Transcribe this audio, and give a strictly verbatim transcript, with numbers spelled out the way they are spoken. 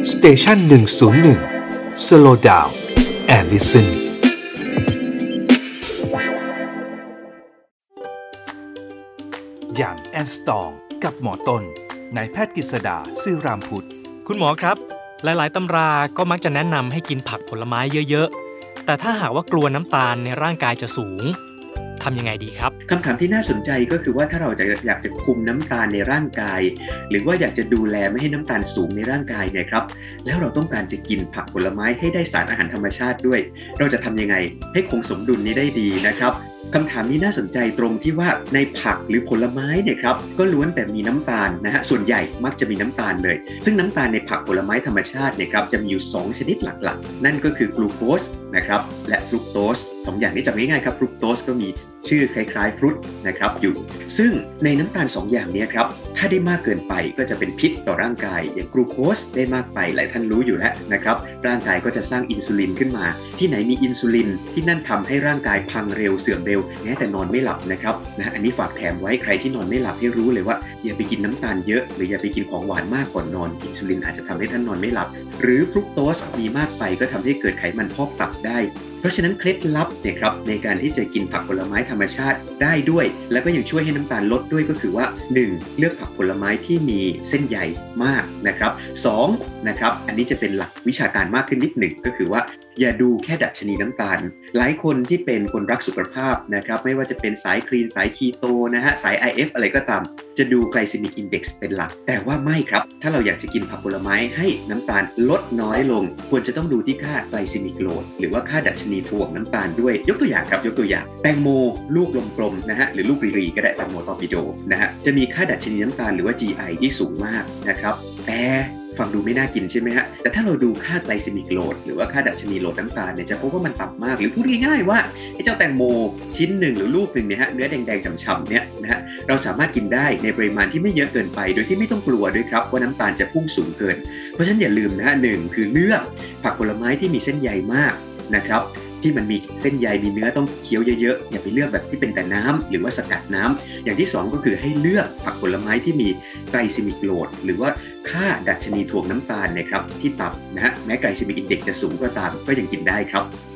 สเตชันหนึ่งศูนย์หนึ่ง Slow Down and Listen อย่างแอนสตองกับหมอต้นนายแพทย์กฤษดาซื่อรามพุทธคุณหมอครับหลายๆตำราก็มักจะแนะนำให้กินผักผลไม้เยอะๆแต่ถ้าหากว่ากลัวน้ำตาลในร่างกายจะสูงทำยังไงดีครับคำถามที่น่าสนใจก็คือว่าถ้าเราจะอยากจะคุมน้ำตาลในร่างกายหรือว่าอยากจะดูแลไม่ให้น้ำตาลสูงในร่างกายเนี่ยครับแล้วเราต้องการจะกินผักผลไม้ให้ได้สารอาหารธรรมชาติด้วยเราจะทำยังไงให้คงสมดุลนี้ได้ดีนะครับคำถามนี้น่าสนใจตรงที่ว่าในผักหรือผลไม้เนี่ยครับก็ล้วนแต่มีน้ำตาลนะฮะส่วนใหญ่มักจะมีน้ำตาลเลยซึ่งน้ำตาลในผักผลไม้ธรรมชาติเนี่ยครับจะมีอยู่สองชนิดหลักๆนั่นก็คือกลูโคสนะครับและฟรุกโตสสองอย่างนี้จำง่ายๆครับฟรุกโตสก็มีชื่อคล้ายๆฟรุตนะครับอยู่ซึ่งในน้ำตาลสองอย่างนี้ครับถ้าได้มากเกินไปก็จะเป็นพิษต่อร่างกายอย่างกลูโคสได้มากไปหลายท่านรู้อยู่แล้วนะครับร่างกายก็จะสร้างอินซูลินขึ้นมาที่ไหนมีอินซูลินที่นั่นทำให้ร่างกายพังเร็วเสื่อมเร็วแม้แต่นอนไม่หลับนะครับนะอันนี้ฝากแถมไว้ใครที่นอนไม่หลับให้รู้เลยว่าอย่าไปกินน้ำตาลเยอะหรืออย่าไปกินของหวานมากก่อนนอนอินซูลินอาจจะทำให้ท่านนอนไม่หลับหรือฟรุกโตสมีมากไปก็ทำให้เกิดไขมันพอกตับได้เพราะฉะนั้นเคล็ดลับเนี่ยครับในการที่จะกินผักผลไม้ธรรมชาติได้ด้วยแล้วก็ยังช่วยให้น้ำตาลลดด้วยก็คือว่าหนึ่งเลือกผักผลไม้ที่มีเส้นใยมากนะครับสองนะครับอันนี้จะเป็นหลักวิชาการมากขึ้นนิดหนึ่งก็คือว่าอย่าดูแค่ดัชนีน้ำตาลหลายคนที่เป็นคนรักสุขภาพนะครับไม่ว่าจะเป็นสายคลีนสายคีโตนะฮะสาย ไอ เอฟ อะไรก็ตามจะดู Glycemic Index เป็นหลักแต่ว่าไม่ครับถ้าเราอยากจะกินผักผลไม้ให้น้ำตาลลดน้อยลงควรจะต้องดูที่ค่า Glycemic Load หรือว่าค่าดัชนีถ่วงน้ำตาลด้วยยกตัวอย่างครับยกตัวอย่างแตงโมลูกกลมๆนะฮะหรือลูกรีๆก็ได้แตงโมตอร์ปิโดนะฮะจะมีค่าดัชนีน้ำตาลหรือว่า จี ไอ ที่สูงมากนะครับแต่ฟังดูไม่น่ากินใช่ไหมฮะแต่ถ้าเราดูค่าไกลเซมิกโหลดหรือว่าค่าดัชนีโหลดน้ำตาลเนี่ยจะพบว่ามันต่ำมากหรือพูดง่ายๆว่าไอ้เจ้าแตงโมชิ้นหนึ่งหรือลูกหนึ่งเนี่ยฮะเนื้อแดงๆฉ่ำๆเนี่ยนะฮะเราสามารถกินได้ในปริมาณที่ไม่เยอะเกินไปโดยที่ไม่ต้องกลัวด้วยครับว่าน้ำตาลจะพุ่งสูงเกินเพราะฉะนั้นอย่าลืมนะฮะหนึ่งคือเลือกผักผลไม้ที่มีเส้นใยมากนะครับที่มันมีเส้นใยมีเนื้อต้องเคี้ยวเยอะๆอย่าไปเลือกแบบที่เป็นแต่น้ำหรือว่าสกัดน้ำอย่างที่สองก็คือให้เลือกผักผลไม้ที่มีไกลเซมิกโหลดหรือว่าค่าดัชนีถ่วงน้ำตาลนะครับที่ต่ำนะฮะแม้ไกลเซมิกอินเด็กซ์จะสูงก็ตามก็ยังกินได้ครับ